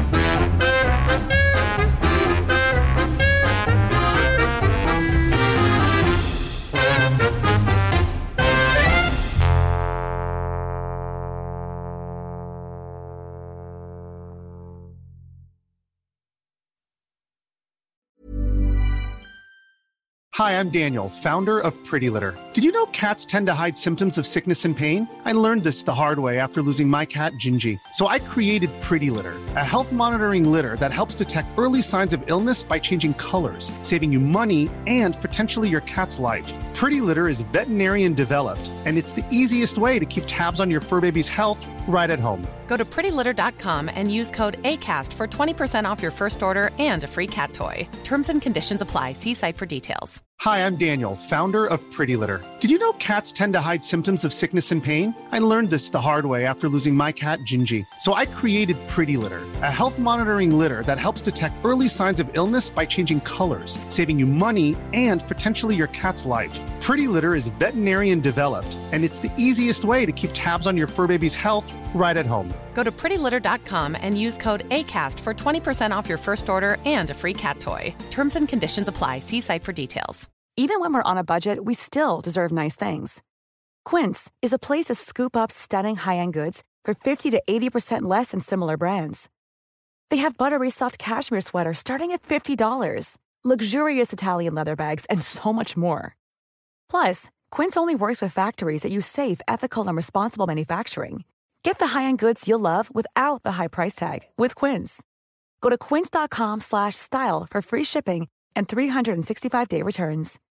Hi, I'm Daniel, founder of Pretty Litter. Did you know cats tend to hide symptoms of sickness and pain? I learned this the hard way after losing my cat, Gingy. So I created Pretty Litter, a health monitoring litter that helps detect early signs of illness by changing colors, saving you money and potentially your cat's life. Pretty Litter is veterinarian developed, and it's the easiest way to keep tabs on your fur baby's health right at home. Go to prettylitter.com and use code ACAST for 20% off your first order and a free cat toy. Terms and conditions apply. See site for details. Hi, I'm Daniel, founder of Pretty Litter. Did you know cats tend to hide symptoms of sickness and pain? I learned this the hard way after losing my cat, Gingy. So I created Pretty Litter, a health monitoring litter that helps detect early signs of illness by changing colors, saving you money and potentially your cat's life. Pretty Litter is veterinarian developed, and it's the easiest way to keep tabs on your fur baby's health right at home. Go to prettylitter.com and use code ACAST for 20% off your first order and a free cat toy. Terms and conditions apply. See site for details. Even when we're on a budget, we still deserve nice things. Quince is a place to scoop up stunning high-end goods for 50 to 80% less than similar brands. They have buttery soft cashmere sweaters starting at $50, luxurious Italian leather bags, and so much more. Plus, Quince only works with factories that use safe, ethical, and responsible manufacturing. Get the high-end goods you'll love without the high price tag with Quince. Go to quince.com/style for free shipping and 365-day returns.